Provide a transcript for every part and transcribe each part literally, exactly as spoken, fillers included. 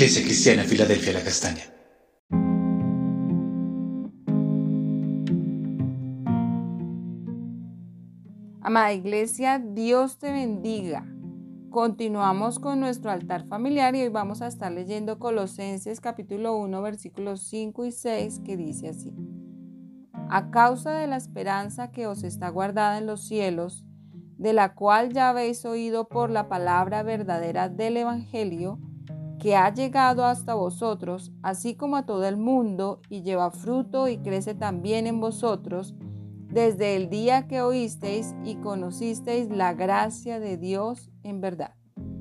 Iglesia Cristiana Filadelfia La Castaña. Amada Iglesia, Dios te bendiga. Continuamos con nuestro altar familiar y hoy vamos a estar leyendo Colosenses capítulo uno, versículos cinco y seis, que dice así: A causa de la esperanza que os está guardada en los cielos, de la cual ya habéis oído por la palabra verdadera del Evangelio, que ha llegado hasta vosotros, así como a todo el mundo, y lleva fruto y crece también en vosotros, desde el día que oísteis y conocisteis la gracia de Dios en verdad.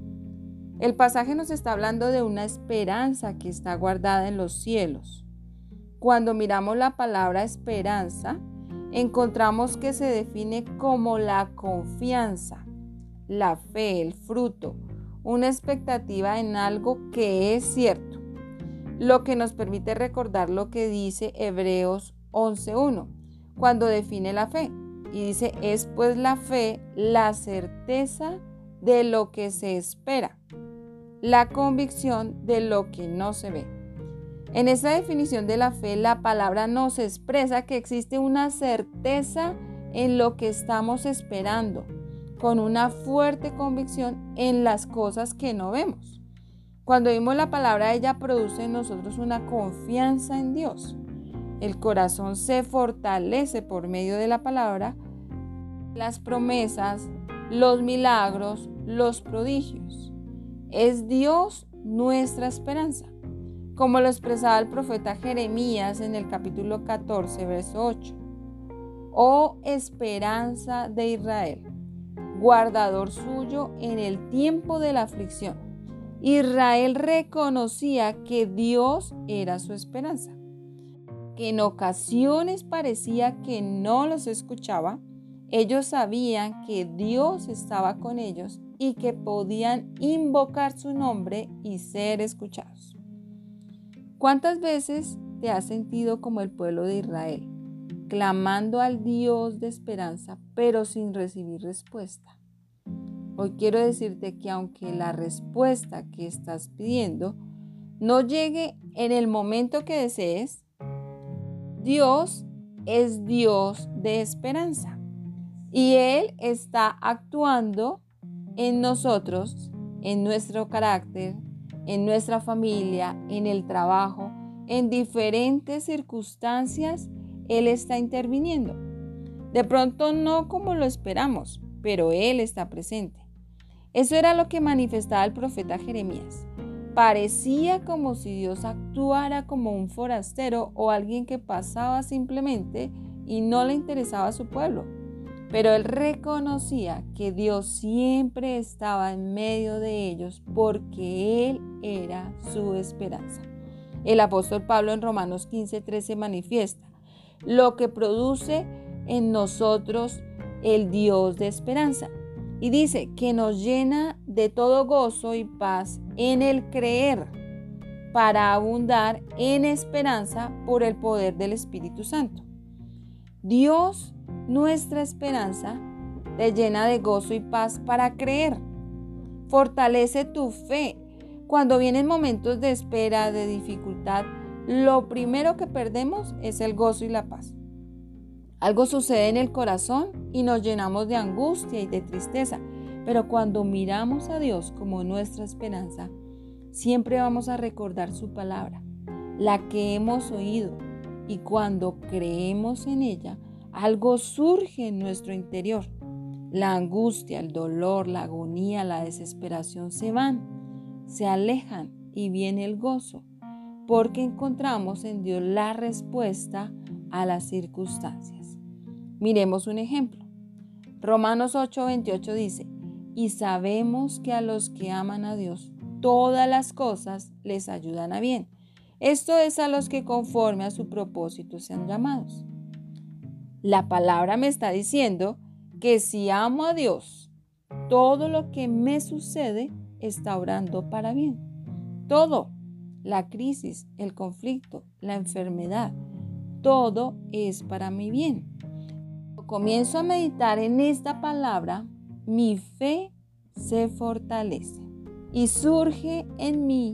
El pasaje nos está hablando de una esperanza que está guardada en los cielos. Cuando miramos la palabra esperanza, encontramos que se define como la confianza, la fe, el fruto, una expectativa en algo que es cierto, lo que nos permite recordar lo que dice Hebreos once uno, cuando define la fe, y dice: es pues la fe la certeza de lo que se espera, la convicción de lo que no se ve. En esta definición de la fe, la palabra nos expresa que existe una certeza en lo que estamos esperando, con una fuerte convicción en las cosas que no vemos. Cuando oímos la palabra, ella produce en nosotros una confianza en Dios. El corazón se fortalece por medio de la palabra, las promesas, los milagros, los prodigios. Es Dios nuestra esperanza, como lo expresaba el profeta Jeremías en el capítulo catorce, verso ocho. Oh esperanza de Israel, guardador suyo en el tiempo de la aflicción. Israel reconocía que Dios era su esperanza, que en ocasiones parecía que no los escuchaba. Ellos sabían que Dios estaba con ellos y que podían invocar su nombre y ser escuchados. ¿Cuántas veces te has sentido como el pueblo de Israel, clamando al Dios de esperanza, pero sin recibir respuesta? Hoy quiero decirte que aunque la respuesta que estás pidiendo no llegue en el momento que desees, Dios es Dios de esperanza y Él está actuando en nosotros, en nuestro carácter, en nuestra familia, en el trabajo, en diferentes circunstancias. Él está interviniendo. De pronto no como lo esperamos, pero Él está presente. Eso era lo que manifestaba el profeta Jeremías. Parecía como si Dios actuara como un forastero o alguien que pasaba simplemente y no le interesaba a su pueblo. Pero él reconocía que Dios siempre estaba en medio de ellos porque Él era su esperanza. El apóstol Pablo en Romanos quince trece manifiesta lo que produce en nosotros el Dios de esperanza. Y dice que nos llena de todo gozo y paz en el creer, para abundar en esperanza por el poder del Espíritu Santo. Dios, nuestra esperanza, te llena de gozo y paz para creer. Fortalece tu fe. Cuando vienen momentos de espera, de dificultad, lo primero que perdemos es el gozo y la paz. Algo sucede en el corazón y nos llenamos de angustia y de tristeza, pero cuando miramos a Dios como nuestra esperanza, siempre vamos a recordar su palabra, la que hemos oído, y cuando creemos en ella, algo surge en nuestro interior. La angustia, el dolor, la agonía, la desesperación se van, se alejan y viene el gozo, porque encontramos en Dios la respuesta a las circunstancias. Miremos un ejemplo. Romanos ocho veintiocho dice: y sabemos que a los que aman a Dios, todas las cosas les ayudan a bien. Esto es a los que conforme a su propósito sean llamados. La palabra me está diciendo que si amo a Dios, todo lo que me sucede está obrando para bien. Todo, la crisis, el conflicto, la enfermedad, todo es para mi bien. Cuando comienzo a meditar en esta palabra, mi fe se fortalece y surge en mí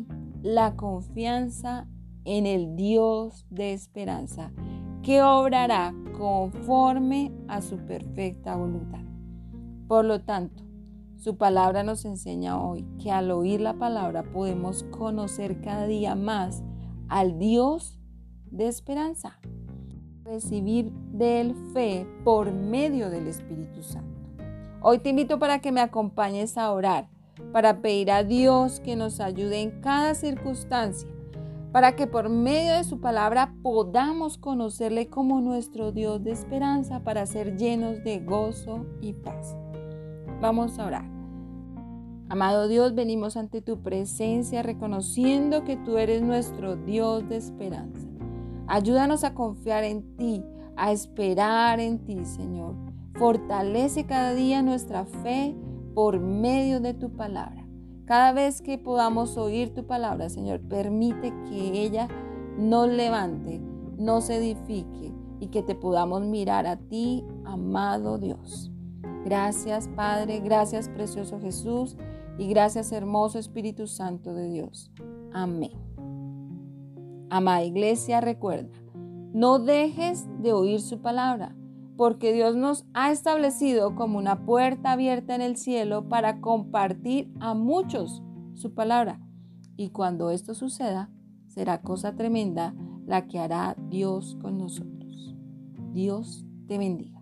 la confianza en el Dios de esperanza, que obrará conforme a su perfecta voluntad. Por lo tanto, su palabra nos enseña hoy que al oír la palabra podemos conocer cada día más al Dios de esperanza, recibir de Él fe por medio del Espíritu Santo. Hoy te invito para que me acompañes a orar, para pedir a Dios que nos ayude en cada circunstancia, para que por medio de su palabra podamos conocerle como nuestro Dios de esperanza, para ser llenos de gozo y paz. Vamos a orar. Amado Dios, venimos ante tu presencia reconociendo que tú eres nuestro Dios de esperanza. Ayúdanos a confiar en ti, a esperar en ti, Señor. Fortalece cada día nuestra fe por medio de tu palabra. Cada vez que podamos oír tu palabra, Señor, permite que ella nos levante, nos edifique y que te podamos mirar a ti, amado Dios. Gracias, Padre, gracias, precioso Jesús, y gracias, hermoso Espíritu Santo de Dios. Amén. Amada Iglesia, recuerda, no dejes de oír su palabra, porque Dios nos ha establecido como una puerta abierta en el cielo para compartir a muchos su palabra. Y cuando esto suceda, será cosa tremenda la que hará Dios con nosotros. Dios te bendiga.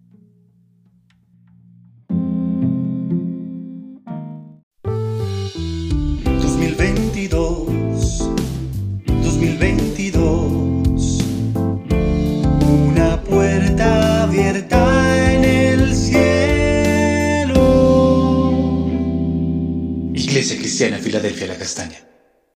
dos mil veintidós, dos mil veintidós, una puerta abierta en el cielo. Iglesia Cristiana Filadelfia La Castaña.